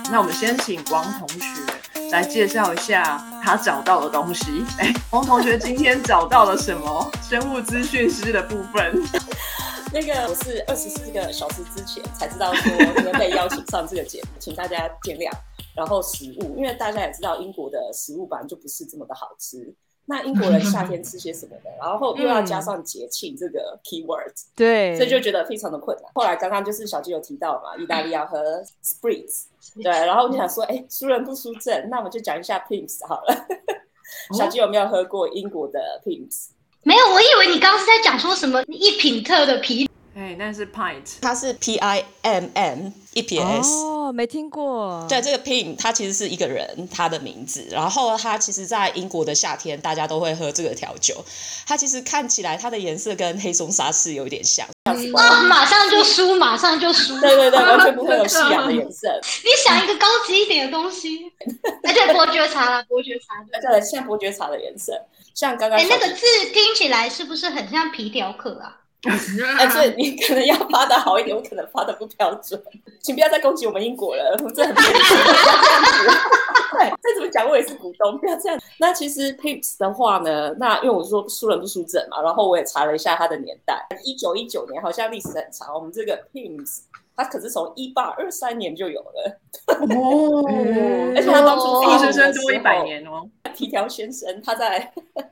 那我们先请王同学来介绍一下他找到的东西。王同学今天找到了什么？生物资讯师的部分。 那个我是24个小时之前才知道说今天被邀请上这个节目，请大家见谅。然后食物，因为大家也知道英国的食物本来就不是这么的好吃。那英国人夏天吃些什么呢？然后又要加上节庆这个 keyword， 对， 所以就觉得非常的困难。后来刚刚就是小鸡有提到嘛，意大利要喝 spritz， 对，然后我就想说，输人不输阵，那我们就讲一下 Pimm's 好了。小鸡有没有喝过英国的 Pimm's？ 没有，我以为你刚刚是在讲说什么一品特的啤。 那是 pint， 它是 PIMM 一撇 S。 哦，没听过。 对，这个 Pim 它其实是一个人他的名字，然后它其实在英国的夏天大家都会喝这个调酒。它其实看起来它的颜色跟黑松沙士有一点像。 马上就输，马上就输。 对对对，完全不会有夕阳的颜色。 你想一个高级一点的东西，对，伯爵茶啦，伯爵茶。 对，像伯爵茶的颜色，像刚刚。 那个字听起来是不是很像皮条客啊？ 所以你可能要发的好一点，我可能发的不标准，请不要再攻击我们英国人，我们真的很不要这样子。对，再怎么讲我也是股东，不要这样。那其实 Pimm's 的话呢，那因为我说输人不输阵嘛，然后我也查了一下它的年代，1919年，好像历史很长。我们这个 Pimm's 它可是从1823年就有了哦， 而且他当初皮先生多100年哦。 皮条先生他在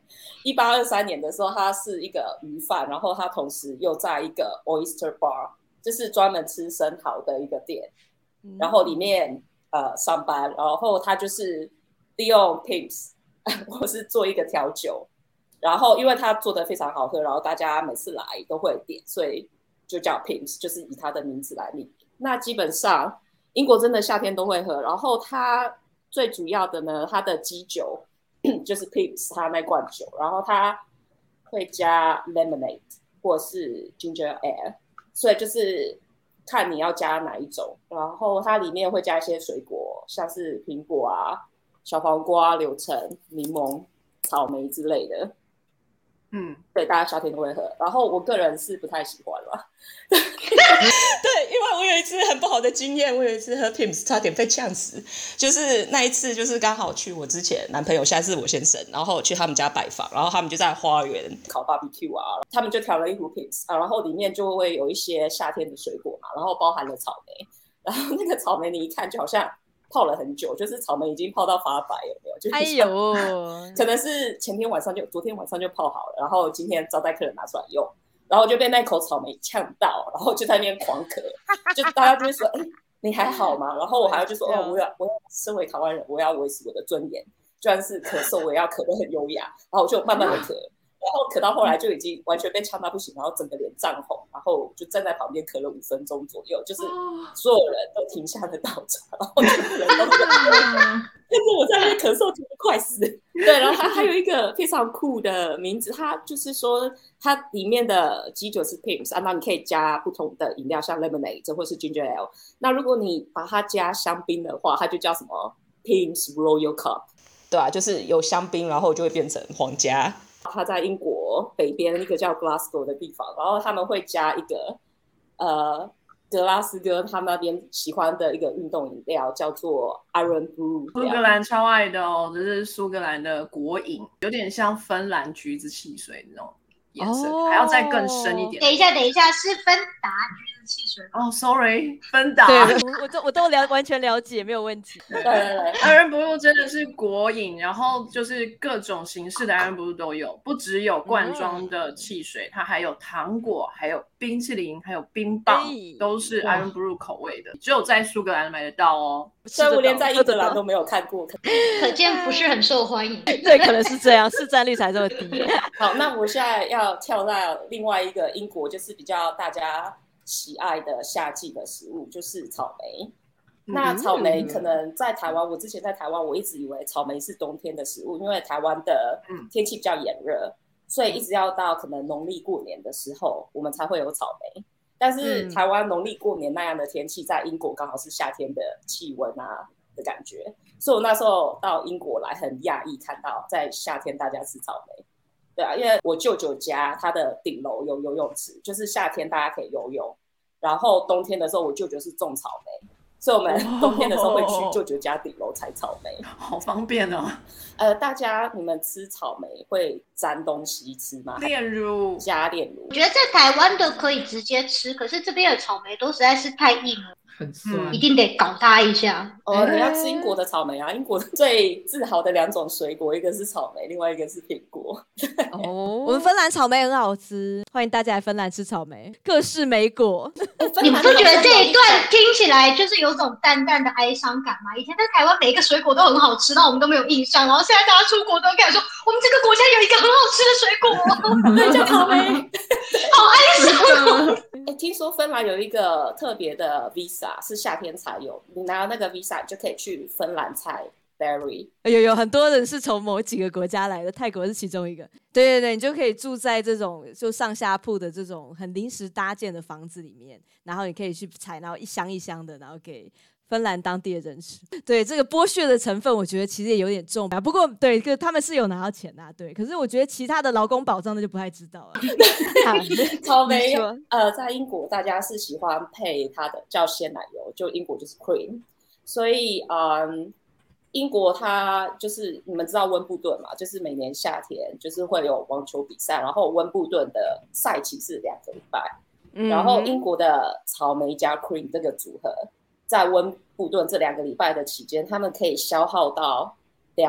1823年的时候，他是一个鱼贩，然后他同时又在一个 oyster bar， 就是专门吃生蚝的一个店，然后里面上班，然后他就是利用 Pimm's 我是做一个调酒，然后因为他做的非常好喝，然后大家每次来都会点，所以就叫 Pimm's， 就是以他的名字来命名。那基本上英国真的夏天都会喝，然后它最主要的呢，它的基酒就是 Pimm's 它那罐酒，然后它会加 lemonade 或是 ginger ale， 所以就是看你要加哪一种，然后它里面会加一些水果，像是苹果啊、小黄瓜、柳橙、柠檬、草莓之类的。对，大家夏天都会喝，然后我个人是不太喜欢啦。对，因为我有一次很不好的经验，我有一次喝 Pimm's 差点被呛死，就是那一次就是刚好去我之前男朋友，现在是我先生，然后我去他们家拜访，然后他们就在花园烤 barbecue 啊，他们就调了一壶 Pimm's 啊，然后里面就会有一些夏天的水果嘛，然后包含了草莓，然后那个草莓你一看就好像泡了很久，就是草莓已经泡到发白，有没有？就是、 哎呦， 可能是昨天晚上就泡好了，然后今天招待客人拿出来用，然后就被那口草莓呛到，然后就在那边狂咳，就大家就会说，你还好吗？然后我还要就说，我要身为台湾人，我要维持我的尊严，就算是咳嗽，我也要咳得很优雅，然后我就慢慢的咳。然后咳到后来就已经完全被呛到不行，然后整个脸涨红，然后就站在旁边咳了5分钟左右，就是所有人都停下了倒茶，然后全部人都但是我在那边咳嗽，觉得快死。对，然后它还有一个非常酷的名字，它就是说它里面的基酒是 Pimm's， 那你可以加不同的饮料，像 lemonade 或是 ginger ale。那如果你把它加香槟的话，它就叫什么 Pimm's Royal Cup， 对啊，就是有香槟，然后就会变成皇家。他在英国北边一个叫 Glasgow 的地方，然后他们会加一个格拉斯哥他们那边喜欢的一个运动饮料，叫做 Iron Brew。 苏格兰超爱的哦，这是苏格兰的国饮，有点像芬兰橘子汽水那种颜色，还要再更深一点。 等一下，是芬达橘子汽水。 哦 ，sorry， 芬达。 对，我都完全了解，没有问题。 对 ，Iron Brew 真的是国饮，然后就是各种形式的 Iron Brew 都有，不只有罐装的汽水，它还有糖果，还有冰淇淋，还有冰棒，都是 Iron Brew 口味的，只有在苏格兰买得到哦。 所以我连在英格兰都没有看过， 可见不是很受欢迎。 对，可能是这样，市占率才这么低。 好，那我现在要跳到另外一个英国，就是比较大家喜爱的夏季的食物，就是草莓。那草莓可能在台湾，我之前在台湾，我一直以为草莓是冬天的食物，因为台湾的天气比较炎热，所以一直要到可能农历过年的时候，我们才会有草莓。但是台湾农历过年那样的天气，在英国刚好是夏天的气温啊的感觉，所以我那时候到英国来很讶异，看到在夏天大家吃草莓。对啊，因为我舅舅家他的顶楼有游泳池，就是夏天大家可以游泳，然后冬天的时候我舅舅是种草莓， 所以我们冬天的时候会去舅舅家顶楼采草莓， 好方便哦。 大家你们吃草莓会沾东西吃吗？ 炼乳， 加炼乳。 我觉得在台湾的可以直接吃，可是这边的草莓都实在是太硬了。 很酸， 一定得搞它一下。 你要吃英国的草莓啊！英国最自豪的2种水果，一个是草莓，另外一个是苹果。 我们芬兰草莓很好吃，欢迎大家来芬兰吃草莓，各式莓果。 你不觉得这一段听起来就是有种淡淡的哀伤感吗？以前在台湾每一个水果都很好吃，但我们都没有印象，然后现在大家出国都开始说，我们这个国家有一个很好吃的水果， 对，叫草莓， 好哀伤。 听说芬兰有一个特别的 visa 是夏天才有，你拿到那个 visa 就可以去芬兰采 berry。 有很多人是从某几个国家来的，泰国是其中一个。对对对，你就可以住在这种就上下铺的这种很临时搭建的房子里面，然后你可以去采，然后一箱一箱的，然后给芬兰当地的人吃。对，这个剥削的成分我觉得其实也有点重吧，不过对，他们是有拿到钱啊，对，可是我觉得其他的劳工保障那就不太知道了。 草莓在英国大家是喜欢配它的叫鲜奶油，就英国就是 cream， 所以英国它就是你们知道温布顿嘛，就是每年夏天就是会有网球比赛，然后温布顿的赛期是2个礼拜，然后英国的草莓加 cream 这个组合在温布顿这2个礼拜的期间，他们可以消耗到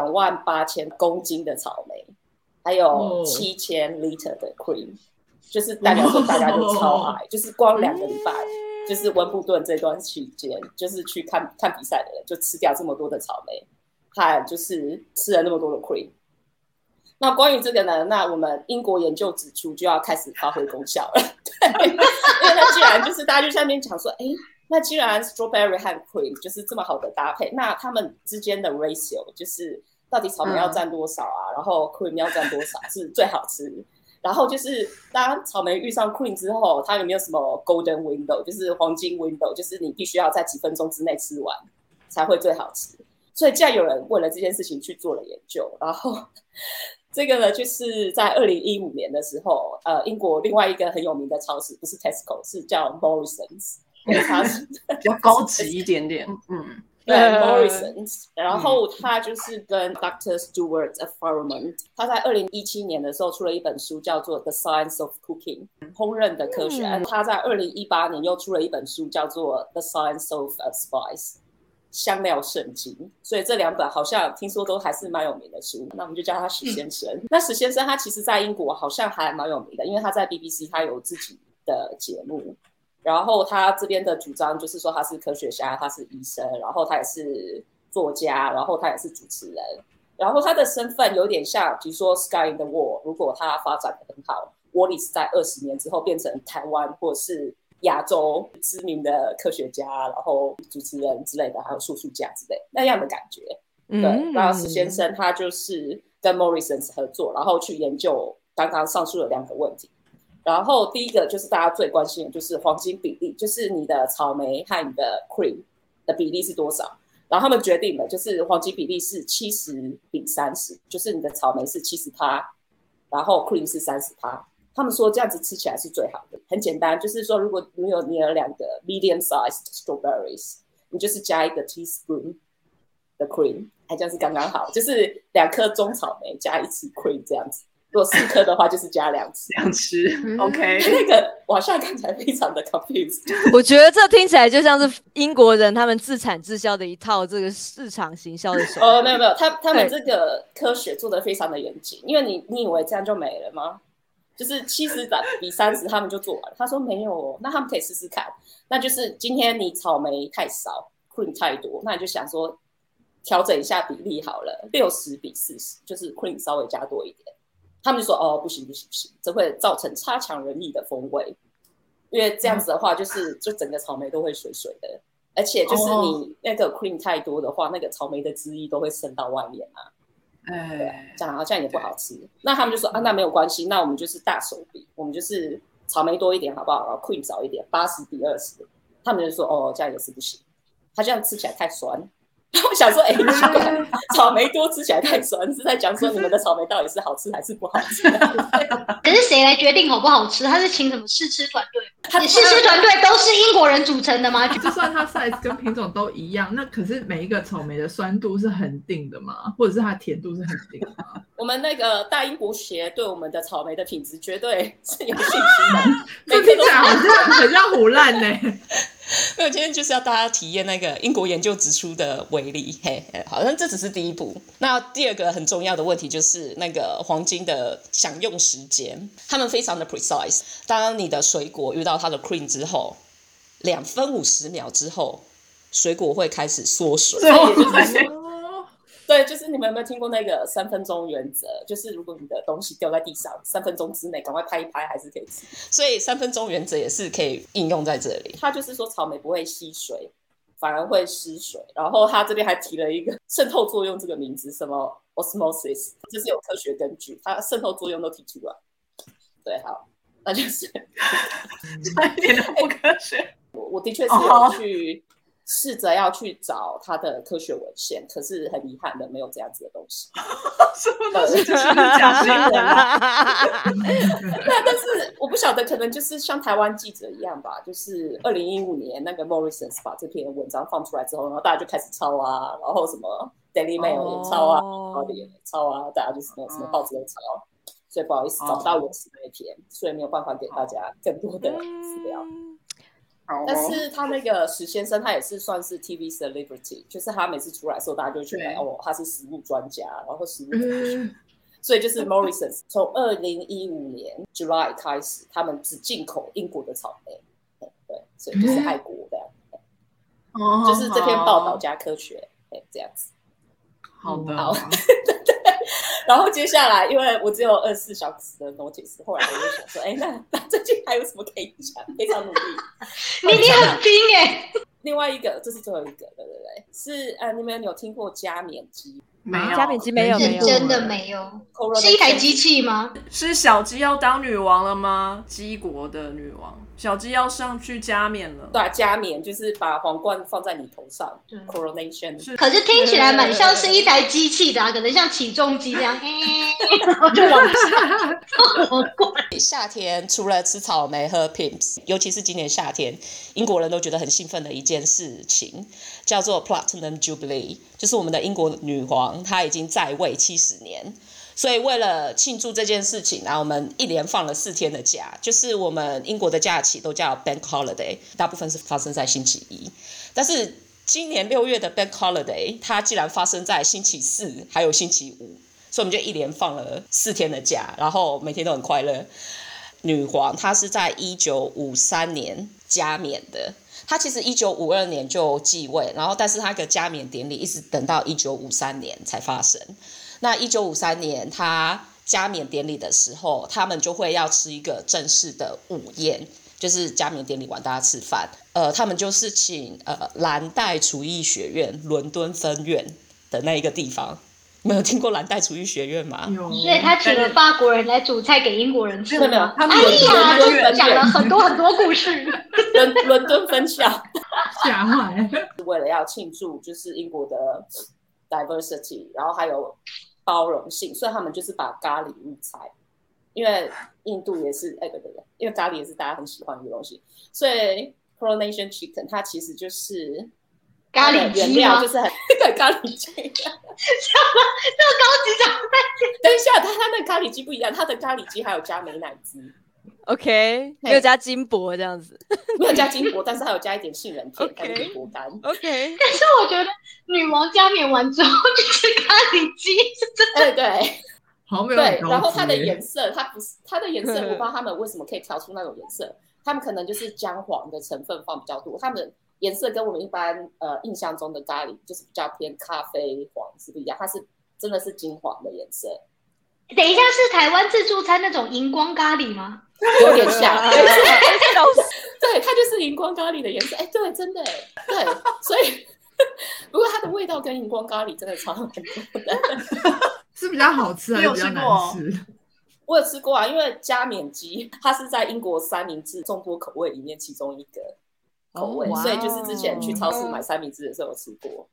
28000公斤的草莓，还有7000 liter 的 cream， 就是代表说大家就超爱，就是光2个礼拜，就是温布顿这段期间，就是去看比赛的人就吃掉这么多的草莓，还就是吃了那么多的 cream。那关于这个呢，那我们英国研究指出就要开始发挥功效了，对，因为那既然就是大家就在那边讲说，那既然 strawberry 和 cream 就是这么好的搭配，那他们之间的 ratio 就是到底草莓要占多少啊，然后 cream 要占多少是最好吃。然后就是当草莓遇上 cream 之后，它有没有什么 golden window， 就是黄金 window， 就是你必须要在几分钟之内吃完才会最好吃。所以既然有人为了这件事情去做了研究，然后这个呢，就是在2015年的时候，英国另外一个很有名的超市不是 Tesco， 是叫 Morrisons， 它是比较高级一点点， 对 Morrisons， 然后他就是跟 Dr. Stuart Farman， 他在2017年的时候出了一本书叫做 The Science of Cooking， 烹饪的科学，他在2018年又出了一本书叫做 The Science of Spice， 香料圣经，所以这2本好像听说都还是蛮有名的书，那我们就叫他史先生。那史先生他其实在英国好像还蛮有名的，因为他在 BBC 他有自己的节目，然后他这边的主张就是说他是科学家，他是医生，然后他也是作家，然后他也是主持人，然后他的身份有点像比如说 Sky in the Wall， 如果他发展得很好， Wallace 在20年之后变成台湾或是亚洲知名的科学家，然后主持人之类的，还有数学家之类那样的感觉。对，然后史先生他就是跟 Morrisons 合作，然后去研究刚刚上述的2个问题。然后第一个就是大家最关心的就是黄金比例，就是你的草莓和你的 cream 的比例是多少。然后他们决定了，就是黄金比例是70:30，就是你的草莓是70%，然后 cream 是30%。他们说这样子吃起来是最好的，很简单，就是说如果你有2个 medium sized strawberries， 你就是加1个 teaspoon 的 cream， 这样是刚刚好，就是2颗中草莓加1次 cream 这样子。如果4颗的话，就是加2次。 2次 ，OK。 那个网上看起来非常的 confused。 我觉得这听起来就像是英国人他们自产自销的一套这个市场行销的手法。 没有，他们这个科学做得非常的严谨，因为你以为这样就没了吗？就是70:30，他们就做完了。他说没有哦，那他们可以试试看。那就是今天你草莓太少 ，cream 太多，那你就想说调整一下比例好了，60:40，就是 cream 稍微加多一点。他们就说不行，这会造成差强人意的风味，因为这样子的话就整个草莓都会水水的，而且就是你那个 cream 太多的话，那个草莓的汁液都会渗到外面啊。对，这样好像也不好吃。那他们就说那没有关系，那我们就是大手笔，我们就是草莓多一点好不好？然后 cream 少一点，80:20。他们就说这样也是不行，它这样吃起来太酸。 我想说，奇怪，草莓多吃起来太酸，是在讲说你们的草莓到底是好吃还是不好吃？ 可是谁来决定好不好吃？他是请什么试吃团队？试吃团队都是英国人组成的吗？ 就算它 size 跟品种都一样，那可是每一个草莓的酸度是恒定的吗？或者是它的甜度是恒定的吗？ 我们那个大英博协对我们的草莓的品质绝对是有信心的。 这听起来好像很像唬烂呢。 没有，今天就是要大家体验那个英国研究指出的威力。好像这只是第一步。那第二个很重要的问题就是那个黄金的享用时间，他们非常的 precise。当你的水果遇到它的 cream 之后，2分50秒之后，水果会开始缩水。 对，就是你们有没有听过那个3分钟原则？就是如果你的东西掉在地上，3分钟之内赶快拍一拍，还是可以吃。 所以3分钟原则也是可以应用在这里。 它就是说草莓不会吸水，反而会失水。然后他这边还提了一个渗透作用这个名字，什么 osmosis， 这是有科学根据，它渗透作用都提出来。对，好，那就是差一点都不科学。 我的确是有去试着要去找它的科学文献，可是很遗憾的没有这样子的东西。 什么东西？就是假新闻啊！ 对，但是我不晓得，可能就是像台湾记者一样吧，就是2015年那个 Morrison 把这篇文章放出来之后，然后大家就开始抄啊，然后什么 Daily Mail 也抄啊，也抄啊，大家就是什么报纸都抄。所以不好意思找不到原始那一篇，所以没有办法给大家更多的资料。但是他那个史先生，他也是算是 TV celebrity， 就是他每次出来的时候，大家就觉得他是食物专家，然后食物所以就是 Morrison 从2015年 July 开始，他们只进口英国的草莓，对，所以就是爱国的，就是这篇报道加科学，这样子。 好的， 然后接下来，因为我只有24小时的 notice， 后来我就想说，那最近还有什么可以讲？非常努力。 你很拼耶！ 另外一个，这是最后一个，对，是你们有听过加冕机？ 没有， 加冕机没有， 是真的没有。是一台机器吗？ 是小鸡要当女王了吗？鸡国的女王，小鸡要上去加冕了。 对，加冕就是把皇冠放在你头上 ，coronation。 可是听起来蛮像是一台机器的，可能像起重机这样，然后就往下皇冠。 夏天除了吃草莓喝 Pim's， 尤其是今年夏天，英国人都觉得很兴奋的一件事情，叫做 Platinum Jubilee， 就是我们的英国女皇她已经在位70年。所以为了庆祝这件事情，我们一连放了4天的假，就是我们英国的假期都叫 Bank Holiday， 大部分是发生在星期一。但是今年6月的 Bank Holiday， 它竟然发生在星期4还有星期5，所以我们就一连放了4天的假，然后每天都很快乐。女皇她是在1953年加冕的，她其实1952年就继位，然后但是她的加冕典礼一直等到1953年才发生。那1953年他加冕典礼的时候，他们就会要吃一个正式的午宴，就是加冕典礼完大家吃饭。他们就是请蓝带厨艺学院伦敦分院的那一个地方。你们有听过蓝带厨艺学院吗？ 有。所以他请了法国人来煮菜给英国人吃。 没有，他们讲了很多很多故事。 伦敦分校， 吓坏。 为了要庆祝就是英国的 diversity， 然后还有包容性，所以他们就是把咖喱入菜，因为印度也是对，因为咖喱也是大家很喜欢的东西，所以 coronation chicken 它其实就是咖喱原料，就是很对咖喱鸡。什么？这个高级长辈？ 等一下，它那个咖喱鸡不一样，它的咖喱鸡还有加美乃滋。 OK， 没有加金箔这样子， 没有加金箔，但是还有加一点杏仁片，还有点果干。 OK， 但是我觉得女王加冕完之后就吃咖喱鸡，是真的。 对， 好没有对。然后它的颜色，它的颜色，我不知道他们为什么可以调出那种颜色，他们可能就是姜黄的成分放比较多，他们颜色跟我们一般印象中的咖喱就是比较偏咖啡黄是不一样，它是真的是金黄的颜色。 等一下，是台湾自助餐那种荧光咖喱吗？ 有点像，对，它就是荧光咖喱的颜色。对，真的，对，所以不过它的味道跟荧光咖喱真的差很多的。 是比较好吃还是比较难吃？ 我有吃过啊，因为加冕鸡它是在英国三明治众多口味里面其中一个口味，所以就是之前去超市买三明治的时候有吃过。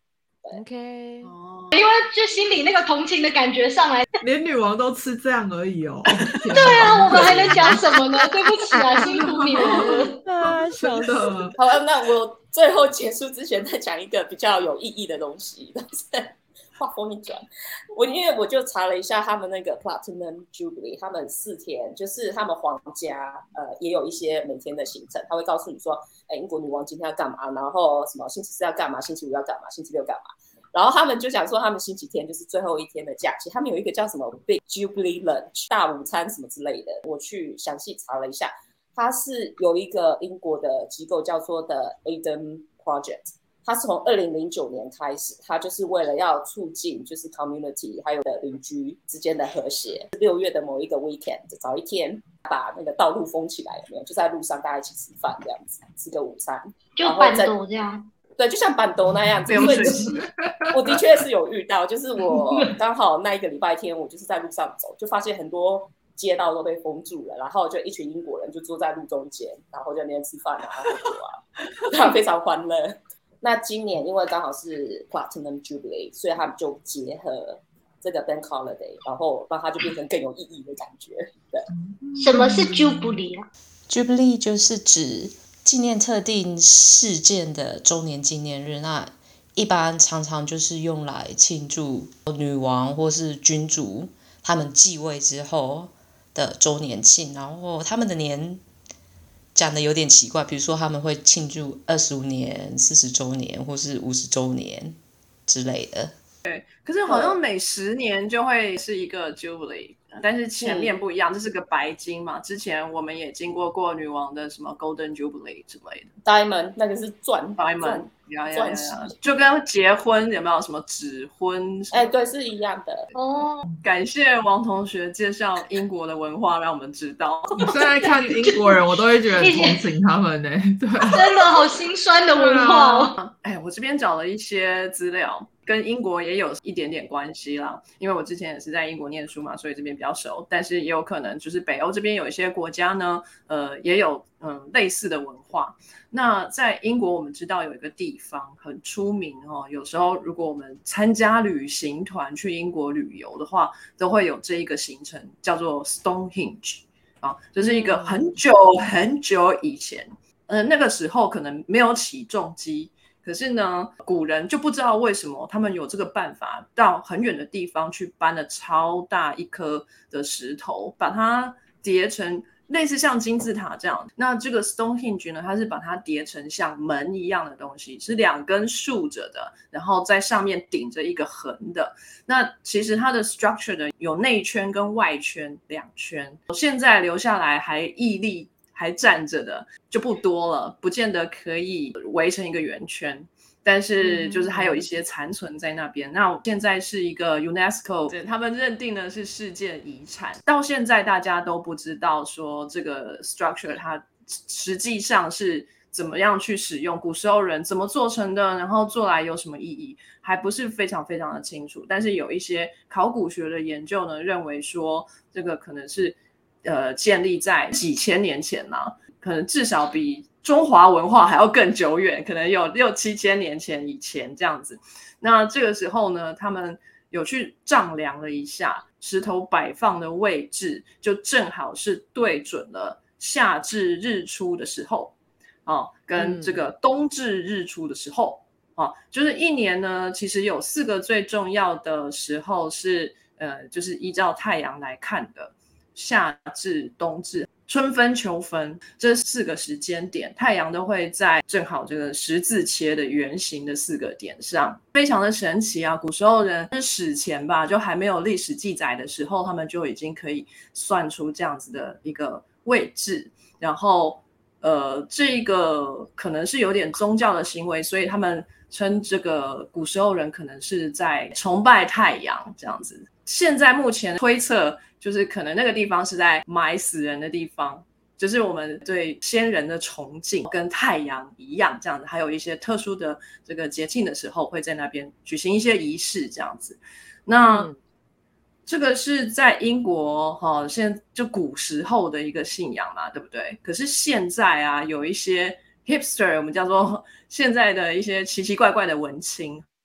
OK， 因为就心里那个同情的感觉上来， 连女王都吃这样而已哦。 对啊，我们还能讲什么呢？对不起啊，辛苦你们了。 啊，笑死！ 好，那我最后结束之前再讲一个比较有意义的东西，话锋一转，因为我就查了一下他们那个 Platinum Jubilee， 他们4天，就是他们皇家也有一些每天的行程，他会告诉你说，英国女王今天要干嘛，然后什么星期4要干嘛，星期5要干嘛，星期6干嘛。然后他们就讲说，他们星期天就是最后一天的假期，他们有一个叫什么 Big Jubilee Lunch 大午餐什么之类的。我去详细查了一下，它是有一个英国的机构叫做的 Adam Project， 它是从2009年开始，它就是为了要促进就是 community 还有的邻居之间的和谐。6月的某一个 weekend 早一天，把那个道路封起来，有没有？就在路上大家一起吃饭这样子，吃个午餐， 就板斗这样。 对，就像板斗那样子。我的确是有遇到，就是我刚好那一个礼拜天，我就是在路上走，就发现很多街道都被封住了，然后就一群英国人就坐在路中间，然后就那边吃饭啊、喝酒啊，非常欢乐。那今年因为刚好是 Platinum Jubilee， 所以他们就结合这个 Bank Holiday， 然后让它就变成更有意义的感觉。对， 什么是 Jubilee 啊 ？Jubilee 就是指纪念特定事件的周年纪念日，那一般常常就是用来庆祝女王或是君主他们继位之后的周年庆，然后他们的年讲的有点奇怪，比如说他们会庆祝25年、40周年或是50周年之类的。 对，可是好像每10年就会是一个 Jubilee，但是前面不一样，这是个白金嘛。之前我们也经过女王的什么 Golden Jubilee 之类的 ，Diamond 那个是钻 ，Diamond， 钻石， 就跟结婚有没有什么指婚？ 对，是一样的。 哦， 感谢王同学介绍英国的文化，让我们知道。 我现在看英国人，我都会觉得很同情他们呢。对， 真的好心酸的文化哦。 我这边找了一些资料。跟英国也有一点点关系啦，因为我之前也是在英国念书嘛，所以这边比较熟。但是也有可能就是北欧这边有一些国家呢，也有类似的文化。那在英国我们知道有一个地方很出名哦，有时候如果我们参加旅行团去英国旅游的话，都会有这一个行程叫做 Stonehenge 啊，就是一个很久很久以前，那个时候可能没有起重机。可是呢，古人就不知道为什么他们有这个办法，到很远的地方去搬了超大一颗的石头，把它叠成类似像金字塔这样。那这个 Stonehenge 呢，它是把它叠成像门一样的东西，是2根竖着的，然后在上面顶着一个横的。那其实它的 structure 呢，有内圈跟外圈2圈，现在留下来还屹立还站着的就不多了，不见得可以围成一个圆圈，但是就是还有一些残存在那边。那现在是一个 UNESCO 他们认定的是世界遗产，到现在大家都不知道说这个 structure 它实际上是怎么样去使用，古时候人怎么做成的，然后做来有什么意义，还不是非常非常的清楚。但是有一些考古学的研究呢，认为说这个可能是建立在几千年前啦，可能至少比中华文化还要更久远，可能有6、7千年前以前这样子。那这个时候呢，他们有去丈量了一下石头摆放的位置，就正好是对准了夏至日出的时候跟这个冬至日出的时候就是一年呢，其实有4个最重要的时候是就是依照太阳来看的。夏至、冬至、春分、秋分这4个时间点，太阳都会在正好这个十字切的圆形的4个点上，非常的神奇啊！古时候人史前吧，就还没有历史记载的时候，他们就已经可以算出这样子的一个位置，然后这个可能是有点宗教的行为，所以他们称这个古时候人可能是在崇拜太阳这样子。现在目前推测就是可能那个地方是在埋死人的地方，就是我们对先人的崇敬跟太阳一样这样子，还有一些特殊的这个节庆的时候会在那边举行一些仪式这样子。那这个是在英国现在就古时候的一个信仰嘛，对不对？可是现在啊，有一些 hipster， 我们叫做现在的一些奇奇怪怪的文青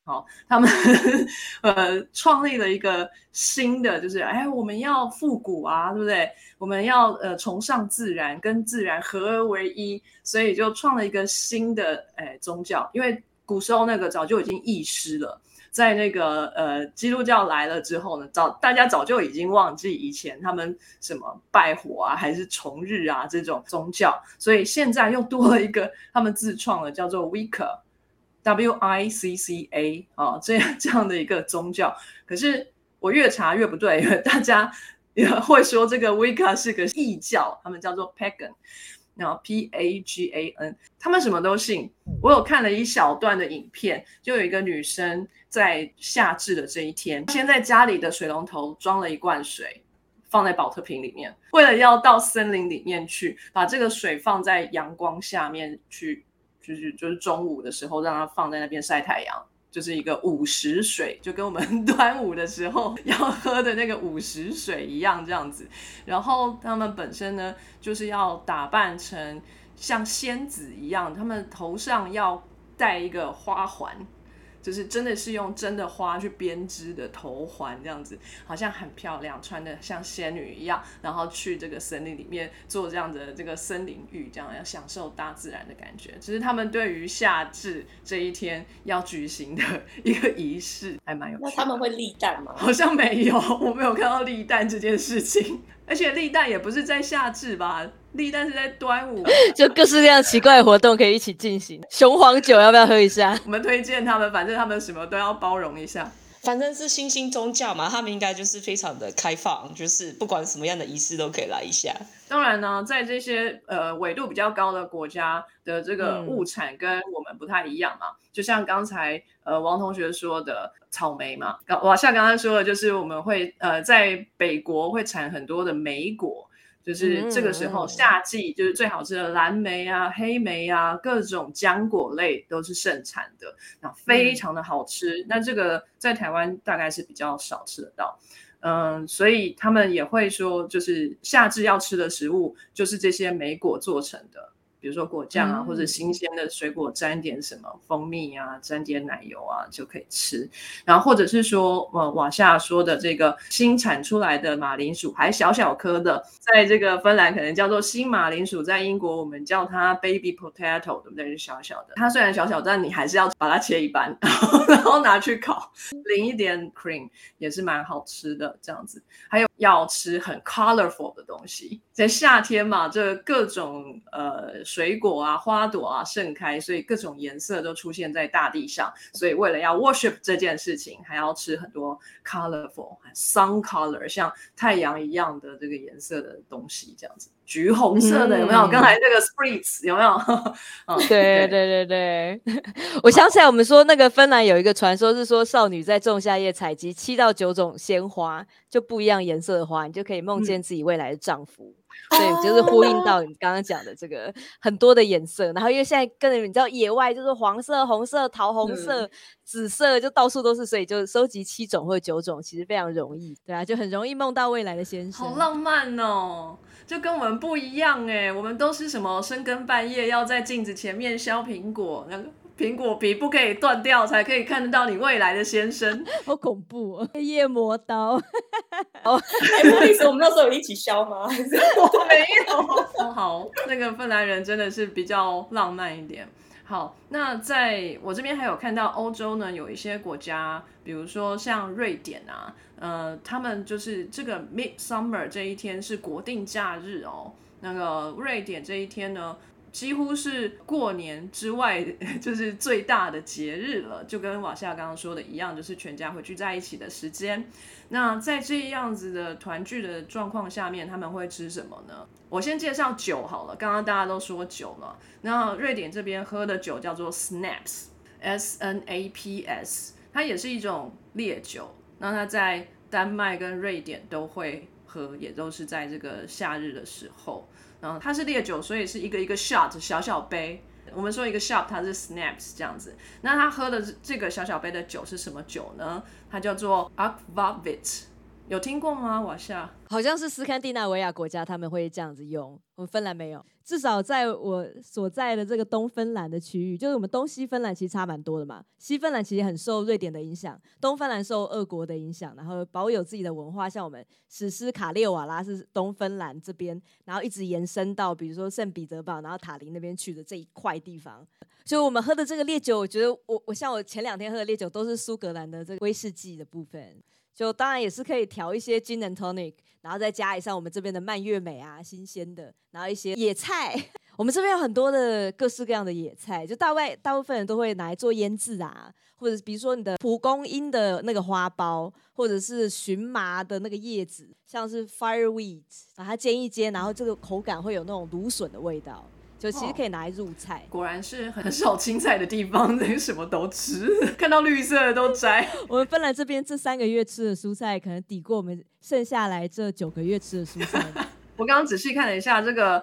好，他们创立了一个新的，就是我们要复古啊，对不对？我们要崇尚自然，跟自然合而为一，所以就创了一个新的宗教。因为古时候那个早就已经易失了，在那个基督教来了之后呢，大家早就已经忘记以前他们什么拜火啊，还是崇日啊这种宗教，所以现在又多了一个他们自创的叫做 Wicca。WICCA 这样的一个宗教，可是我越查越不对，因为大家也会说这个 Wicca 是个异教，他们叫做 Pagan， 然后 PAGAN， 他们什么都信。我有看了一小段的影片，就有一个女生在夏至的这一天，先在家里的水龙头装了一罐水，放在保特瓶里面，为了要到森林里面去，把这个水放在阳光下面去。就是中午的时候让它放在那边晒太阳，就是一个午时水，就跟我们端午的时候要喝的那个午时水一样这样子。然后他们本身呢就是要打扮成像仙子一样，他们头上要戴一个花环，就是真的是用真的花去编织的头环，这样子好像很漂亮，穿的像仙女一样，然后去这个森林里面做这样的这个森林浴，这样要享受大自然的感觉。这是他们对于夏至这一天要举行的一个仪式，还蛮有趣的。 那他们会立蛋吗？ 好像没有，我没有看到立蛋这件事情。而且立蛋也不是在夏至吧，立蛋是在端午， 就各式各样奇怪的活动可以一起进行。雄黄酒要不要喝一下？ 我们推荐他们，反正他们什么都要包容一下。 反正是新兴宗教嘛，他们应该就是非常的开放，就是不管什么样的仪式都可以来一下。 当然呢，在这些纬度比较高的国家的这个物产跟我们不太一样嘛，就像刚才王同学说的草莓嘛，瓦夏刚才说的就是我们会在北国会产很多的莓果。就是这个时候夏季就是最好吃的蓝莓啊、黑莓啊，各种浆果类都是盛产的，那非常的好吃。那这个在台湾大概是比较少吃得到，所以他们也会说，就是夏至要吃的食物就是这些莓果做成的。比如说果酱啊，或者新鲜的水果沾点什么蜂蜜啊，沾点奶油啊就可以吃。然后或者是说瓦夏说的这个新产出来的马铃薯，还小小颗的，在这个芬兰可能叫做新马铃薯，在英国我们叫它 baby potato， 对不对？是小小的，它虽然小小，但你还是要把它切一半，然后拿去烤，淋一点 cream 也是蛮好吃的这样子。还有要吃很 colorful 的东西，在夏天嘛，这各种水果啊、花朵啊盛开，所以各种颜色都出现在大地上。所以为了要 worship 这件事情，还要吃很多 colorful sun color， 像太阳一样的这个颜色的东西，这样子。橘红色的有没有？刚才那个 spritz 有没有？ 对对对对，我想起来，我们说那个芬兰有一个传说是说，少女在仲夏夜采集7到9种鲜花，就不一样颜色的花，你就可以梦见自己未来的丈夫。所以就是呼应到你刚刚讲的这个很多的颜色，然后因为现在跟你知道野外就是黄色、红色、桃红色、紫色，就到处都是，所以就收集7种或者9种，其实非常容易。对啊，就很容易梦到未来的先生。 好浪漫哦，就跟我们不一样哎，我们都是什么深更半夜要在镜子前面削苹果，那个苹果皮不可以断掉，才可以看得到你未来的先生。 好恐怖哦，夜魔刀。 不好意思，我们那时候有一起削吗？ 我没有。好，那个芬兰人真的是比较浪漫一点。好，那在我这边还有看到欧洲呢，有一些国家，比如说像瑞典啊，他们就是这个 Midsummer 这一天是国定假日哦。那个瑞典这一天呢，几乎是过年之外就是最大的节日了，就跟瓦夏刚刚说的一样，就是全家会聚在一起的时间。那在这样子的团聚的状况下面，他们会吃什么呢？我先介绍酒好了，刚刚大家都说酒嘛，那瑞典这边喝的酒叫做 Snaps， S-N-A-P-S， 它也是一种烈酒，那它在丹麦跟瑞典都会喝，也都是在这个夏日的时候。然后它是烈酒，所以是一个一个 shot 小小杯。我们说一个 shot 它是 snaps 这样子。那他喝的这个小小杯的酒是什么酒呢？它叫做 Akvavit。 有听过吗？瓦夏好像是斯堪的纳维亚国家他们会这样子用，我们芬兰没有。至少在我所在的这个东芬兰的区域，就是我们东西芬兰其实差蛮多的嘛。西芬兰其实很受瑞典的影响，东芬兰受俄国的影响，然后保有自己的文化。像我们史诗卡列瓦拉是东芬兰这边，然后一直延伸到比如说圣彼得堡，然后塔林那边去的这一块地方。所以我们喝的这个烈酒，我觉得我像我前2天喝的烈酒都是苏格兰的这个威士忌的部分。就当然也是可以调一些 gin and tonic， 然后再加一上我们这边的蔓越莓啊，新鲜的，然后一些野菜。我们这边有很多的各式各样的野菜，就大部分人都会拿来做腌制啊，或者比如说你的蒲公英的那个花苞，或者是荨麻的那个叶子，像是 fireweed， 把它煎一煎，然后这个口感会有那种芦笋的味道。就其实可以拿来入菜， 果然是很少青菜的地方，那个什么都吃，看到绿色的都摘。 我们芬兰这边这3个月吃的蔬菜，可能抵过我们剩下来这9个月吃的蔬菜。 我刚刚仔细看了一下这个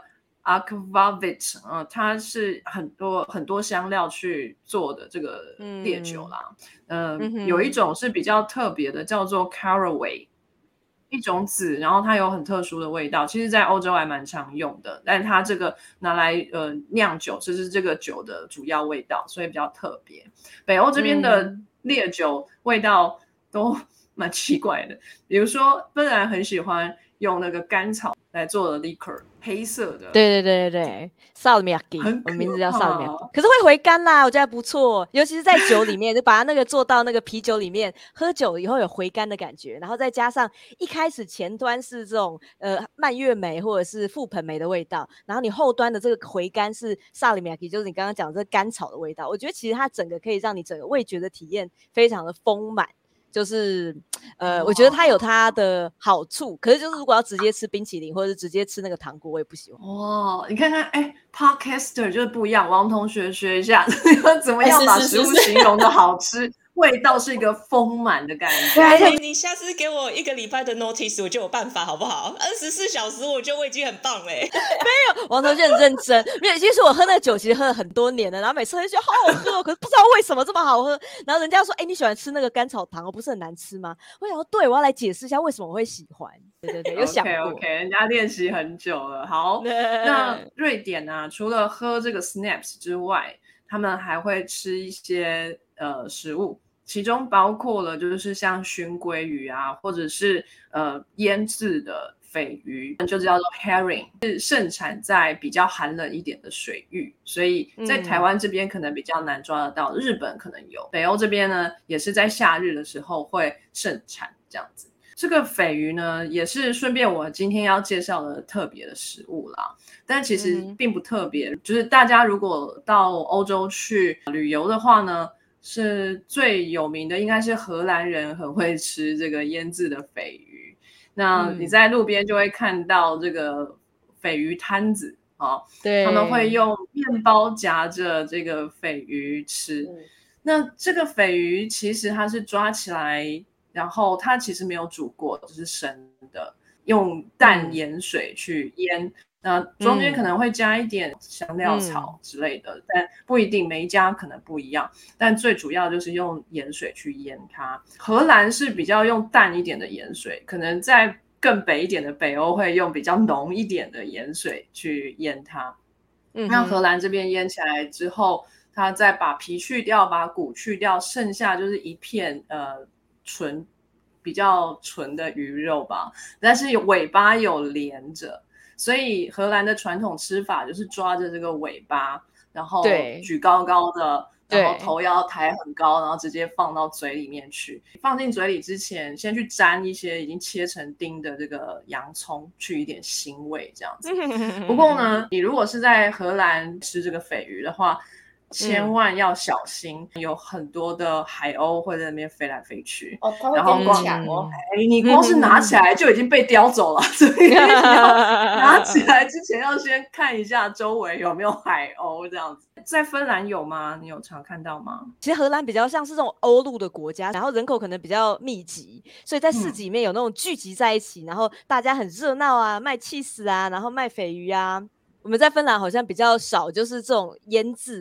Akvavit，它是很多香料去做的这个烈酒啦。有一种是比较特别的，叫做 Caraway。一种籽，然后它有很特殊的味道，其实在欧洲还蛮常用的，但它这个拿来酿酒，这是这个酒的主要味道，所以比较特别。北欧这边的烈酒味道都蛮奇怪的，比如说芬兰很喜欢用那个甘草来做的 liquor， 黑色的。 对 Salmiakki， 我名字叫 Salmiakki， 可是会回甘啦，我觉得还不错，尤其是在酒里面，就把它那个做到那个啤酒里面，喝酒以后有回甘的感觉，然后再加上一开始前端是这种蔓越莓或者是覆盆莓的味道，然后你后端的这个回甘是 Salmiakki， 就是你刚刚讲的这个甘草的味道，我觉得其实它整个可以让你整个味觉的体验非常的丰满。就是我觉得它有它的好处，可是就是如果要直接吃冰淇淋或者是直接吃那个糖果，我也不喜欢。 哦，你看看，Podcaster 就是不一样，王同学学一下，怎么样把食物形容的好吃？味道是一个丰满的感觉。 你下次给我1个礼拜的 notice， 我就有办法，好不好？24小时，我觉得我已经很棒嘞。 没有，王同学很认真。没有，其实我喝那个酒其实喝了很多年了，然后每次都觉得好好喝，可是不知道为什么这么好喝。然后人家说，你喜欢吃那个甘草糖，不是很难吃吗？我想说，对，我要来解释一下为什么我会喜欢。对，有想过。 OK， 人家练习很久了。好，那瑞典啊，除了喝这个 Snaps 之外，他们还会吃一些食物。其中包括了就是像熏鲑鱼啊，或者是腌制的鲱鱼，就叫做 herring， 是盛产在比较寒冷一点的水域，所以在台湾这边可能比较难抓得到，日本可能有，北欧这边呢也是在夏日的时候会盛产这样子。这个鲱鱼呢也是顺便我今天要介绍的特别的食物啦，但其实并不特别，就是大家如果到欧洲去旅游的话呢，是最有名的应该是荷兰人很会吃这个腌制的鲱鱼。那你在路边就会看到这个鲱鱼摊子对，他们会用面包夹着这个鲱鱼吃。那这个鲱鱼其实它是抓起来，然后它其实没有煮过，只是生的，用淡盐水去腌。那中间可能会加一点香料草之类的，但不一定，每一家可能不一样。但最主要就是用盐水去腌它。荷兰是比较用淡一点的盐水，可能在更北一点的北欧会用比较浓一点的盐水去腌它。那荷兰这边腌起来之后，它再把皮去掉，把骨去掉，剩下就是一片比较纯的鱼肉吧，但是尾巴有连着。所以荷兰的传统吃法就是抓着这个尾巴，然后举高高的，然后头要抬很高，然后直接放到嘴里面去。放进嘴里之前，先去沾一些已经切成丁的这个洋葱，去一点腥味这样子。不过呢，你如果是在荷兰吃这个鲱鱼的话，千万要小心，有很多的海鸥会在那边飞来飞去。 然后你光是拿起来就已经被叼走了，所以你要拿起来之前要先看一下周围有没有海鸥这样子。在芬兰有吗？你有常看到吗？ 其实荷兰比较像是这种欧陆的国家，然后人口可能比较密集，所以在市集里面有那种聚集在一起，然后大家很热闹啊，卖cheese啊，然后卖鲱鱼啊。我们在芬兰好像比较少，就是这种腌制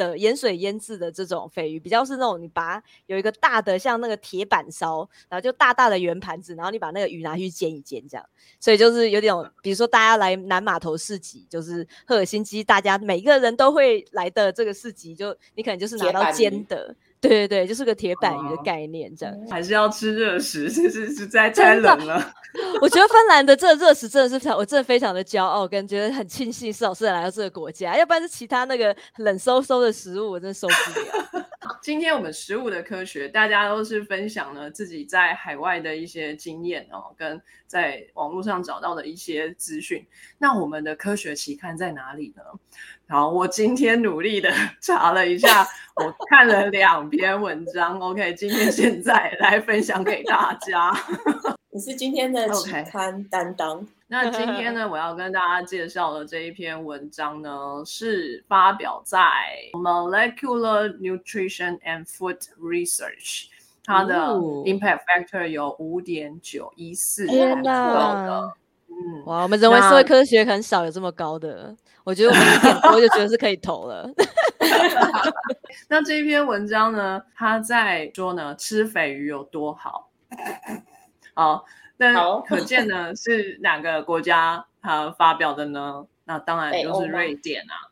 的盐水腌制的这种鲱鱼，比较是那种你把它有一个大的像那个铁板烧，然后就大大的圆盘子，然后你把那个鱼拿去煎一煎这样，所以就是有点比如说大家来南码头市集，就是赫尔辛基大家每个人都会来的这个市集，就你可能就是拿到煎的，对对对，就是个铁板鱼的概念这样。 还是要吃热食，就是实在太冷了。 我觉得芬兰的这个热食真的是我真的非常的骄傲，跟觉得很庆幸是老师来到这个国家，要不然是其他那个冷馊馊的食物我真的受不了。 今天我们食物的科学，大家都是分享了自己在海外的一些经验哦，跟在网络上找到的一些资讯。那我们的科学期刊在哪里呢？好，我今天努力的查了一下，我看了2篇文章 ，OK， 今天现在来分享给大家。 你是今天的期刊担当。 那今天呢，我要跟大家介绍的这一篇文章呢，是发表在 Molecular Nutrition and Food Research， 它的 Impact Factor 有 5.914， 天哪！ 哇，我们人文社会科学很少有这么高的，我觉得我们1点多就觉得是可以投了。 那这一篇文章呢，它在说呢，吃鲱鱼有多好。好，那可见呢是哪个国家发表的呢？那当然就是瑞典啊。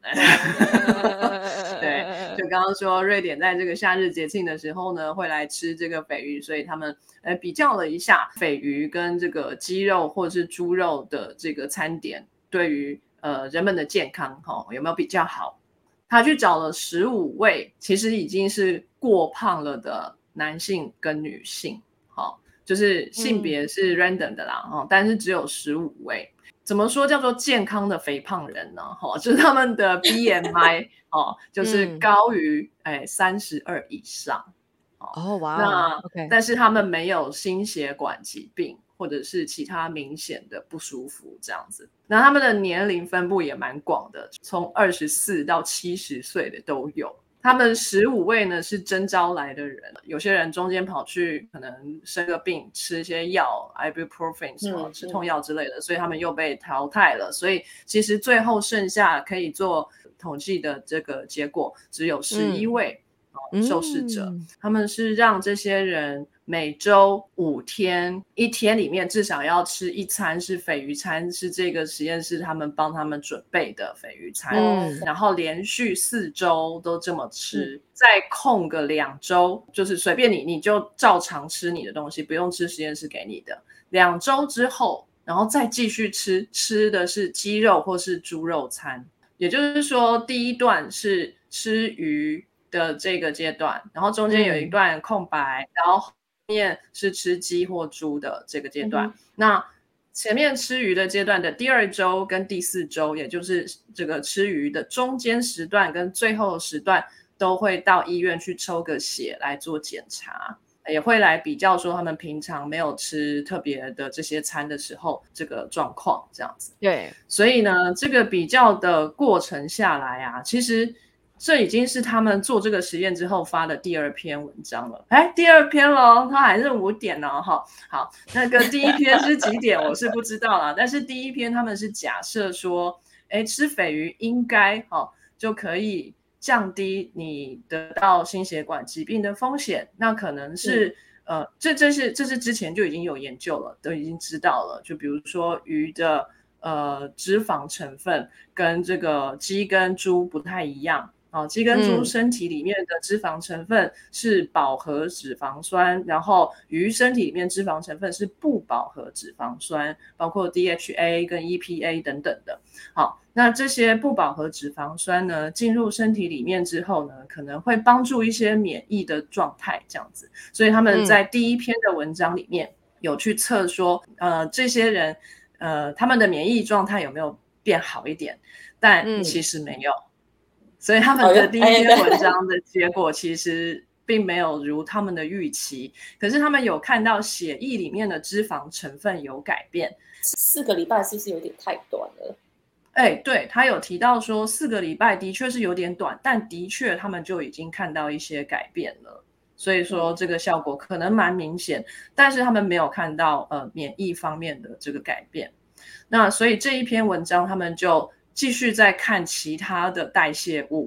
对，就刚刚说瑞典在这个夏日节庆的时候呢，会来吃这个鲱鱼，所以他们比较了一下鲱鱼跟这个鸡肉或者是猪肉的这个餐点对于人们的健康有没有比较好？他去找了15位，其实已经是过胖了的男性跟女性，就是性别是 random 的啦，但是只有15位。怎么说叫做健康的肥胖人呢？就是他们的 BMI 就是高于32以上。 哇， 那 okay. 但是他们没有心血管疾病或者是其他明显的不舒服这样子。那他们的年龄分布也蛮广的，从24到70岁的都有。他们15位呢是征召来的人，有些人中间跑去可能生个病，吃一些药 ibuprofen 止痛药之类的，所以他们又被淘汰了。所以其实最后剩下可以做统计的这个结果只有11位受试者。他们是让这些人每周5天，1天里面至少要吃1餐是鲱鱼餐，是这个实验室他们帮他们准备的鲱鱼餐，然后连续4周都这么吃，再空个2周，就是随便你就照常吃你的东西，不用吃实验室给你的。2周之后，然后再继续吃的是鸡肉或是猪肉餐，也就是说第一段是吃鱼的这个阶段，然后中间有一段空白，然后后面是吃鸡或猪的这个阶段。那前面吃鱼的阶段的第2周跟第4周，也就是这个吃鱼的中间时段跟最后的时段，都会到医院去抽个血来做检查，也会来比较说他们平常没有吃特别的这些餐的时候这个状况这样子。 对，所以呢这个比较的过程下来啊，其实这已经是他们做这个实验之后发的第2篇文章了。第2篇咯，它还是5点哦。好，那个第1篇是几点我是不知道啦，但是第1篇他们是假设说吃鲱鱼应该就可以降低你得到心血管疾病的风险。那可能是这是之前就已经有研究了，都已经知道了。就比如说鱼的脂肪成分跟这个鸡跟猪不太一样。鸡跟猪身体里面的脂肪成分是饱和脂肪酸，然后鱼身体里面脂肪成分是不饱和脂肪酸，包括 DHA 跟 EPA 等等的。好，那这些不饱和脂肪酸呢进入身体里面之后呢，可能会帮助一些免疫的状态这样子。所以他们在第1篇的文章里面有去测说这些人他们的免疫状态有没有变好一点，但其实没有。所以他们的第1篇文章的结果其实并没有如他们的预期，可是他们有看到血液里面的脂肪成分有改变。 4个礼拜是不是有点太短了？ 对，他有提到说4个礼拜的确是有点短，但的确他们就已经看到一些改变了，所以说这个效果可能蛮明显，但是他们没有看到免疫方面的这个改变。那所以这一篇文章他们就继续在看其他的代谢物，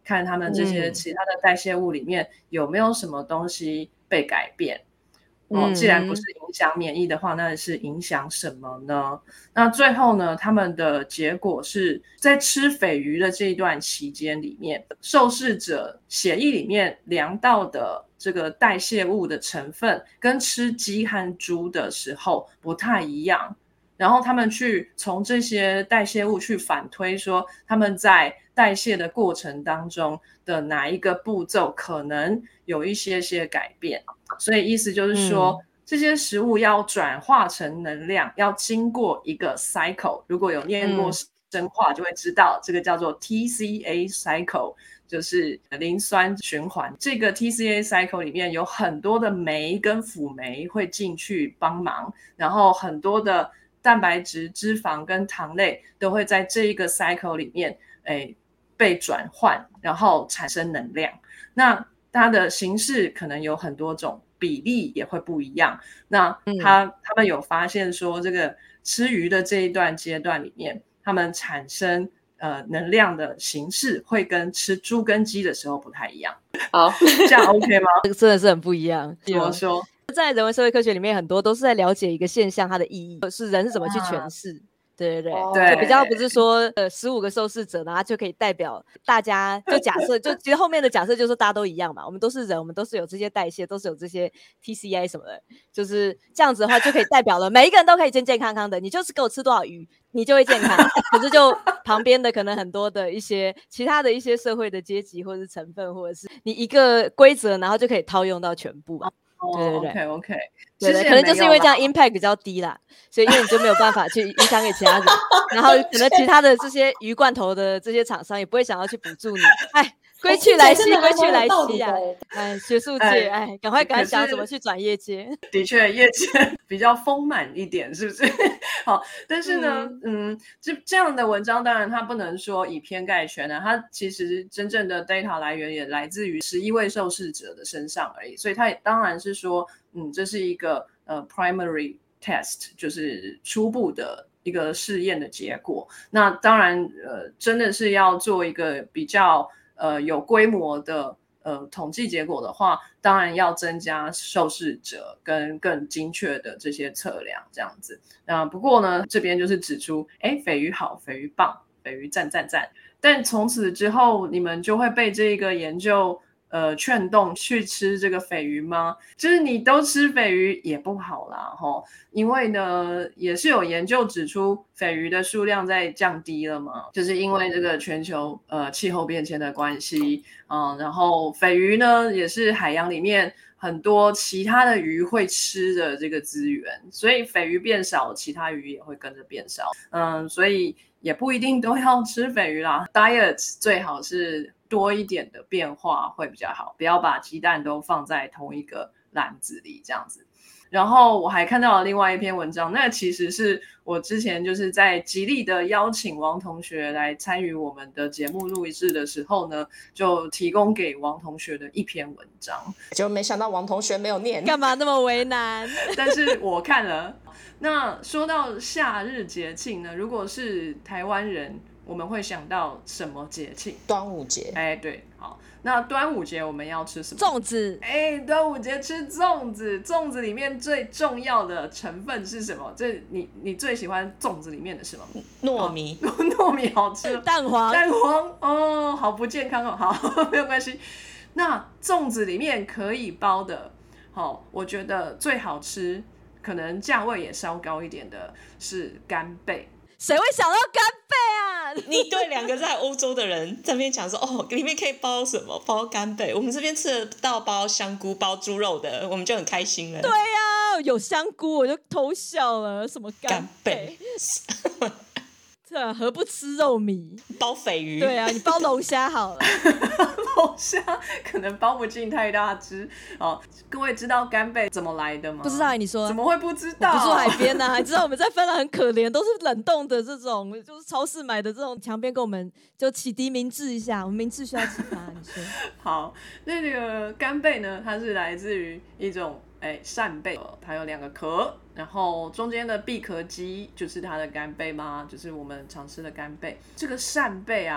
看他们这些其他的代谢物里面有没有什么东西被改变。既然不是影响免疫的话，那是影响什么呢？那最后呢，他们的结果是在吃鲱鱼的这一段期间里面，受试者血液里面量到的这个代谢物的成分跟吃鸡和猪的时候不太一样，然后他们去从这些代谢物去反推说他们在代谢的过程当中的哪一个步骤可能有一些改变。所以意思就是说，这些食物要转化成能量，要经过一个 cycle。如果有念过生化，就会知道这个叫做 TCA cycle， 就是磷酸循环。这个 TCA cycle 里面有很多的酶跟辅酶会进去帮忙，然后很多的蛋白质、脂肪跟糖类都会在这一个 cycle 里面被转换，然后产生能量。那它的形式可能有很多种，比例也会不一样。那他们有发现说，这个吃鱼的这一段阶段里面，他们产生能量的形式会跟吃猪跟鸡的时候不太一样。 好， 这样 OK 吗？ 这个真的是很不一样。 怎么说？ 在人文社会科学里面，很多都是在了解一个现象它的意义，是人是怎么去诠释。对，就比较不是说15个受试者，然后就可以代表大家，就假设就其实后面的假设就是说大家都一样嘛，我们都是人，我们都是有这些代谢，都是有这些 TCI 什么的，就是这样子的话就可以代表了每一个人都可以健健康康的，你就是给我吃多少鱼你就会健康。可是就旁边的可能很多的一些其他的一些社会的阶级或者是成分，或者是你一个规则然后就可以套用到全部嘛。对 OK， 对，可能就是因为这样 impact 比较低啦，所以因为你就没有办法去影响给其他人，然后可能其他的这些鱼罐头的这些厂商也不会想要去补助你。归去来兮，归去来兮啊！学术界，赶快想怎么去转业界。 的确，业界比较丰满一点，是不是？好，但是呢，这样的文章当然它不能说以偏概全啊，它其实真正的 data 来源也来自于11位受试者的身上而已，所以它也当然是说，这是一个primary test， 就是初步的一个试验的结果。那当然，真的是要做一个比较有规模的统计结果的话，当然要增加受试者跟更精确的这些测量，这样子。不过呢，这边就是指出，鲱鱼好，鲱鱼棒，鲱鱼赞赞赞。但从此之后，你们就会被这个研究劝动去吃这个鲱鱼吗？就是你都吃鲱鱼也不好啦齁，因为呢也是有研究指出鲱鱼的数量在降低了嘛，就是因为这个全球气候变迁的关系然后鲱鱼呢也是海洋里面很多其他的鱼会吃的这个资源，所以鲱鱼变少，其他鱼也会跟着变少。所以也不一定都要吃鲱鱼啦， diet 最好是多一点的变化会比较好，不要把鸡蛋都放在同一个篮子里这样子。然后我还看到了另外一篇文章，那其实是我之前就是在极力的邀请王同学来参与我们的节目录制的时候呢，就提供给王同学的一篇文章， 就没想到王同学没有念， 干嘛那么为难？ 但是我看了。那说到夏日节庆呢，如果是台湾人，我们会想到什么节庆？ 端午节。 对，好，那端午节我们要吃什么？ 粽子。 端午节吃粽子，粽子里面最重要的成分是什么？这你最喜欢粽子里面的什么？ 糯米。 糯米好吃。 蛋黄哦，好不健康哦。好，没有关系。那粽子里面可以包的，我觉得最好吃，可能价位也稍高一点的是干贝。 谁会想到干贝啊？ 你对2个在欧洲的人在那边讲说，里面可以包什么？包干贝。我们这边吃得到包香菇、包猪肉的，我们就很开心了。 对啊，有香菇我就偷笑了。什么干贝？这何不吃肉糜？ 包鲱鱼。对啊，你包龙虾好了。 龙虾可能包不进太大只各位知道干贝怎么来的吗？ 不知道，你说。 怎么会不知道？ 不住海边还知道我们在芬兰很可怜，都是冷冻的这种，就是超市买的这种，墙边跟我们就启迪明智一下，我们明智需要启发。你说。 好，那这个干贝呢，它是来自于一种扇贝，它有2个壳，然后中间的闭壳肌就是它的干贝嘛，就是我们常吃的干贝。这个扇贝啊，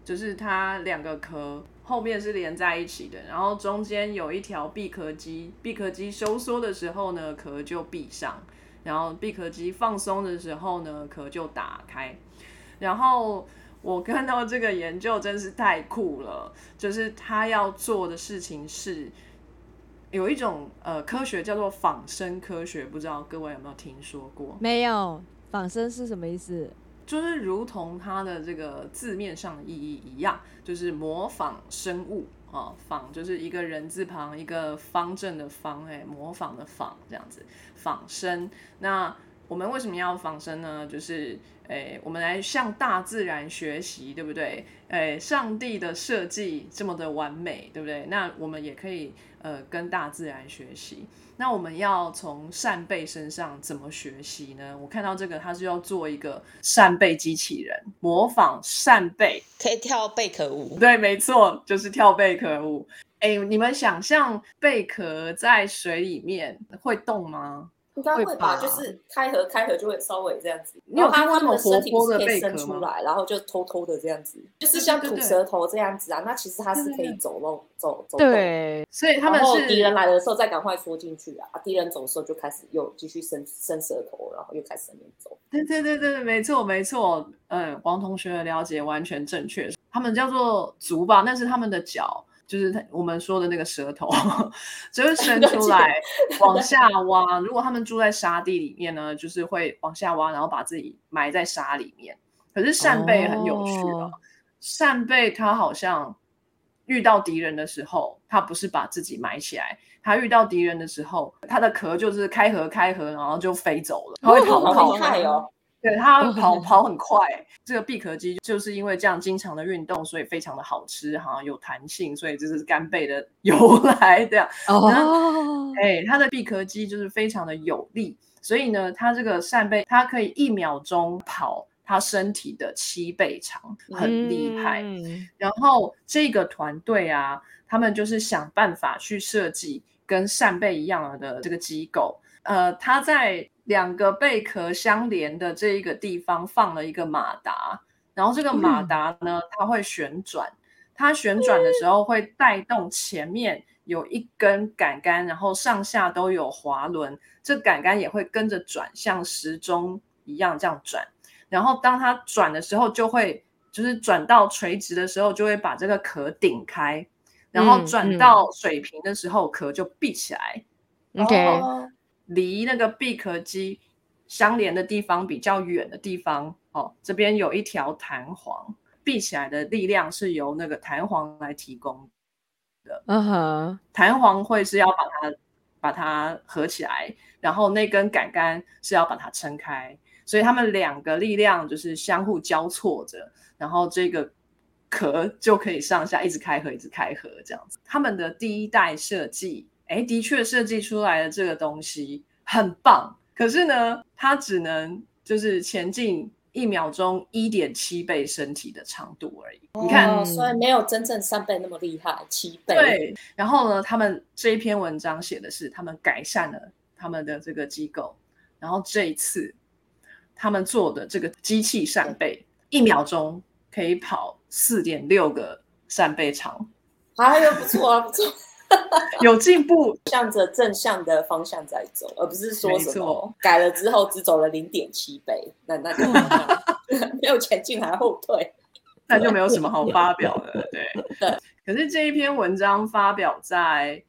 就是它两个壳后面是连在一起的，然后中间有一条闭壳肌，闭壳肌收缩的时候呢，壳就闭上，然后闭壳肌放松的时候呢，壳就打开。然后我看到这个研究真是太酷了，就是他要做的事情是有一种科学叫做仿生科学，不知道各位有没有听说过？ 没有，仿生是什么意思？ 就是如同它的这个字面上的意义一样，就是模仿生物啊，仿就是一个人字旁一个方正的方，模仿的仿这样子，仿生。那我们为什么要仿生呢？就是我们来向大自然学习，对不对？上帝的设计这么的完美，对不对？那我们也可以跟大自然学习。那我们要从扇贝身上怎么学习呢？我看到这个，他是要做一个扇贝机器人，模仿扇贝， 可以跳贝壳舞。 对，没错，就是跳贝壳舞。你们想象贝壳在水里面会动吗？ 应该会吧，就是开合就会稍微这样子。 你有看过他们的身体不是可以贝壳伸出来，然后就偷偷的这样子，就是像吐舌头这样子啊。那其实它是可以走动。 对， 所以他们是敌人来的时候再赶快缩进去啊，敌人走的时候就开始又继续伸舌头，然后又开始在那边走。 对，没错。王同学的了解完全正确。他们叫做足吧，那是他们的脚。就是我们说的那个舌头就会伸出来往下挖，如果他们住在沙地里面呢，就是会往下挖，然后把自己埋在沙里面。可是扇贝很有趣扇贝它好像遇到敌人的时候，它不是把自己埋起来，它遇到敌人的时候，它的壳就是开合，然后就飞走了，它会逃跑。 好厉害哦！ 对，它跑很快。这个闭壳肌就是因为这样经常的运动，所以非常的好吃，有弹性，所以这是干贝的由来这样。它的闭壳肌就是非常的有力，所以呢，它这个扇贝它可以1秒钟跑它身体的7倍长，很厉害。然后这个团队啊，他们就是想办法去设计跟扇贝一样的这个机构。它在2个贝壳相连的这一个地方放了一个马达，然后这个马达呢，它会旋转，它旋转的时候会带动前面有一根杆杆，然后上下都有滑轮，这杆杆也会跟着转，像时钟一样这样转。然后当它转的时候，就是转到垂直的时候，就会把这个壳顶开，然后转到水平的时候，壳就闭起来。 OK。 离那个闭壳肌相连的地方比较远的地方，这边有一条弹簧，闭起来的力量是由那个弹簧来提供的。弹簧会是要把它合起来，然后那根杆杆是要把它撑开，所以他们2个力量就是相互交错着，然后这个壳就可以上下一直开合这样子。他们的第1代设计的确设计出来的这个东西很棒，可是呢，它只能就是前进1秒钟1.7倍身体的长度而已。你看， 所以没有真正扇贝那么厉害，7倍。 对，然后呢，他们这一篇文章写的是他们改善了他们的这个机构，然后这一次他们做的这个机器扇贝1秒钟可以跑4.6个扇贝长。 不错不错。 有进步， 向着正向的方向在走，而不是说什么改了之后只走了0.7倍，那就没有前进还后退， 那就没有什么好发表的。对。可是这一篇文章发表在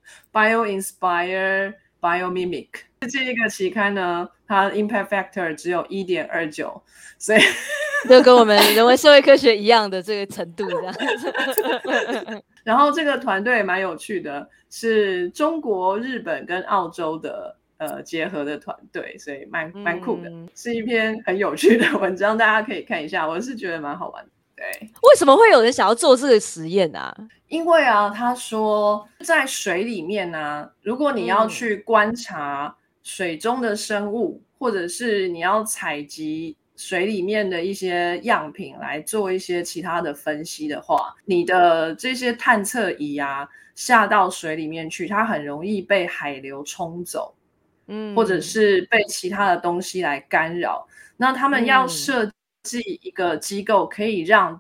BioInspire Biomimic 这一个期刊呢，它 Impact Factor 只有 1.29， 所以就跟我们人文社会科学一样的这个程度这样。 然后这个团队蛮有趣的，是中国、日本跟澳洲的结合的团队，所以蛮酷的，是一篇很有趣的文章，大家可以看一下，我是觉得蛮好玩的。对， 为什么会有人想要做这个实验啊？ 因为啊，他说在水里面啊，如果你要去观察水中的生物，或者是你要采集水里面的一些样品来做一些其他的分析的话，你的这些探测仪啊下到水里面去，它很容易被海流冲走，或者是被其他的东西来干扰。那他们要设计一个机构，可以让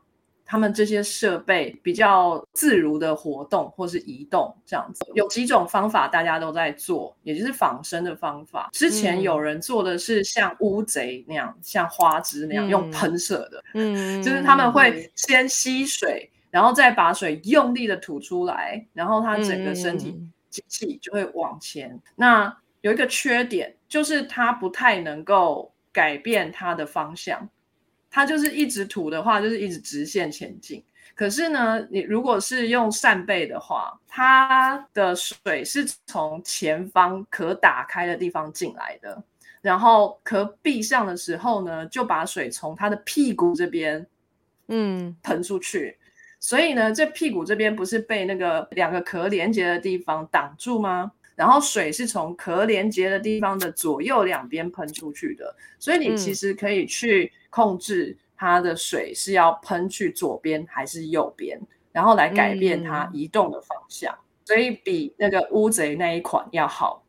他们这些设备比较自如的活动或是移动这样子。有几种方法大家都在做，也就是仿生的方法。之前有人做的是像乌贼那样，像花枝那样用喷射的，就是他们会先吸水，然后再把水用力的吐出来，然后它整个身体机器就会往前。那有一个缺点，就是它不太能够改变它的方向，它就是一直吐的话就是一直直线前进。可是呢，你如果是用扇贝的话，它的水是从前方壳打开的地方进来的，然后壳闭上的时候呢，就把水从它的屁股这边喷出去。所以呢，这屁股这边不是被那个两个壳连接的地方挡住吗？然后水是从壳连接的地方的左右两边喷出去的，所以你其实可以去控制它的水是要喷去左边还是右边，然后来改变它移动的方向，所以比那个乌贼那一款要好。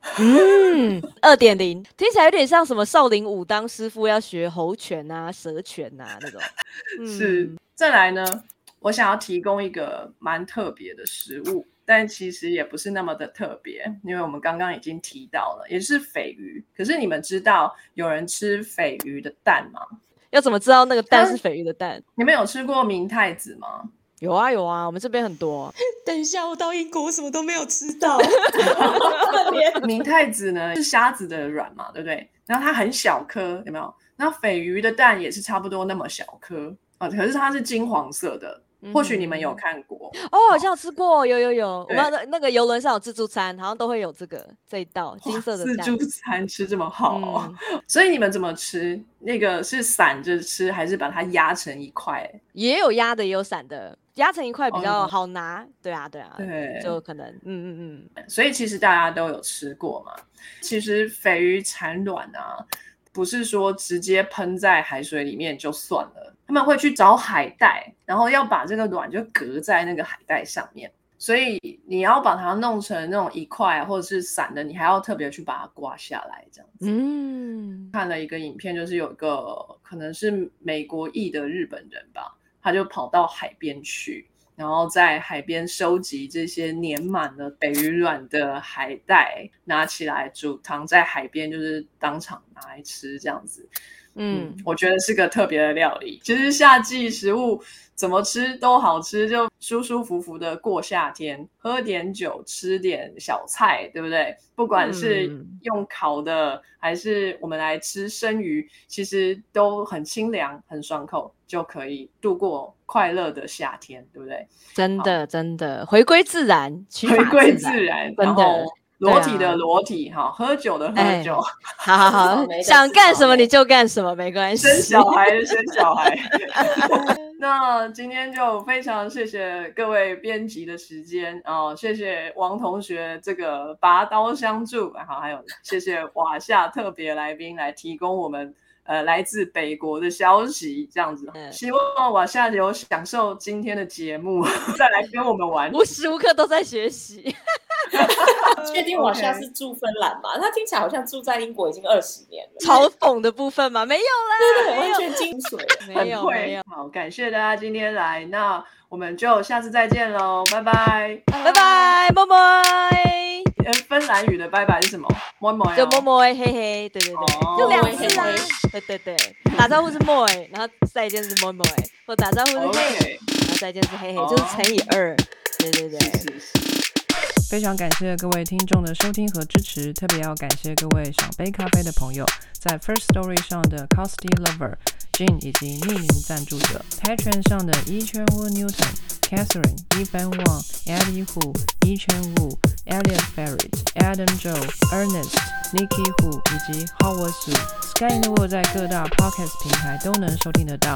2.0 听起来有点像什么少林武当师傅要学猴拳啊、蛇拳啊那种。 是，再来呢，我想要提供一个蛮特别的食物，但其实也不是那么的特别，因为我们刚刚已经提到了，也是鲱鱼。可是你们知道有人吃鲱鱼的蛋吗？ 要怎么知道那个蛋是鲱鱼的蛋？ 你们有吃过明太子吗？ 有啊有啊，我们这边很多。 等一下，我到英国我什么都没有吃到。 明太子呢是虾子的卵嘛，对不对？然后它很小颗，有没有？然后鲱鱼的蛋也是差不多那么小颗可是它是金黄色的。或许你们有看过好像有吃过，有。我们那个邮轮上有自助餐，好像都会有这一道金色的蛋。 自助餐吃这么好所以你们怎么吃？那个是散着吃，还是把它压成一块？ 也有压的，也有散的，压成一块比较好拿。对啊，对，就可能所以其实大家都有吃过嘛。其实鲱鱼产卵啊，不是说直接喷在海水里面就算了，他们会去找海带，然后要把这个卵就隔在那个海带上面，所以你要把它弄成那种一块或者是散的，你还要特别去把它刮下来这样子。看了一个影片，就是有一个可能是美国裔的日本人吧，他就跑到海边去，然后在海边收集这些粘满了鲱鱼卵的海带，拿起来煮汤，在海边就是当场拿来吃这样子。我觉得是个特别的料理。其实夏季食物怎么吃都好吃，就舒舒服服的过夏天，喝点酒，吃点小菜，对不对？不管是用烤的还是我们来吃生鱼，其实都很清凉很爽口，就可以度过快乐的夏天，对不对？ 真的回归自然， 回归自然， 真的。 裸体的裸体，喝酒的喝酒， 好，想干什么你就干什么，没关系。 生小孩的生小孩。那今天就非常谢谢各位编辑的时间谢谢王同学这个拔刀相助，还有谢谢瓦夏特别来宾来提供我们来自北国的消息，这样子。希望瓦夏有享受今天的节目，再来跟我们玩， 无时无刻都在学习。 确定瓦夏是住芬兰吗？他听起来好像住在英国已经20年了。 嘲讽的部分吗？没有啦， 对，完全精髓， 没有。 好，感谢大家今天来，那我们就下次再见喽，拜拜， 拜拜，么么。 芬兰语的拜拜是什么？么么， 就么么，嘿嘿，对，就2次啊，对，打招呼是么，然后再一件是么么，或打招呼是嘿，然后再一件是嘿嘿，就是乘以2，对。 非常感谢各位听众的收听和支持，特别要感谢各位想杯咖啡的朋友，在 First Story 上的 Costy Lover、Jin 以及匿名赞助者 Patreon 上的伊圈乌 Newton、Catherine、Evan Wang、Eddie Hu、伊圈乌、Elliot Ferret、Adam Joe、Ernest、Nikki Hu 以及 Howard Su。Sky in the World 在各大 Podcast 平台都能收听得到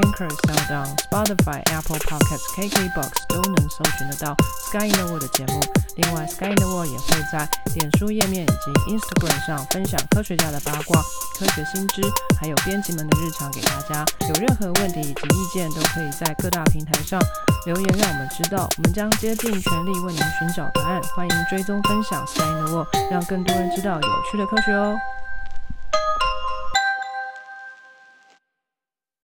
，Anchor、SoundOn、Spotify、Apple Podcasts、KKBox 都能搜寻得到 Sky in the World 的节目。另外 Sky in the World 也会在脸书页面以及 Instagram 上分享科学家的八卦、科学新知，还有编辑们的日常给大家。有任何问题以及意见都可以在各大平台上留言让我们知道，我们将竭尽全力为您寻找答案。欢迎追踪分享 Sky in the World， 让更多人知道有趣的科学哦。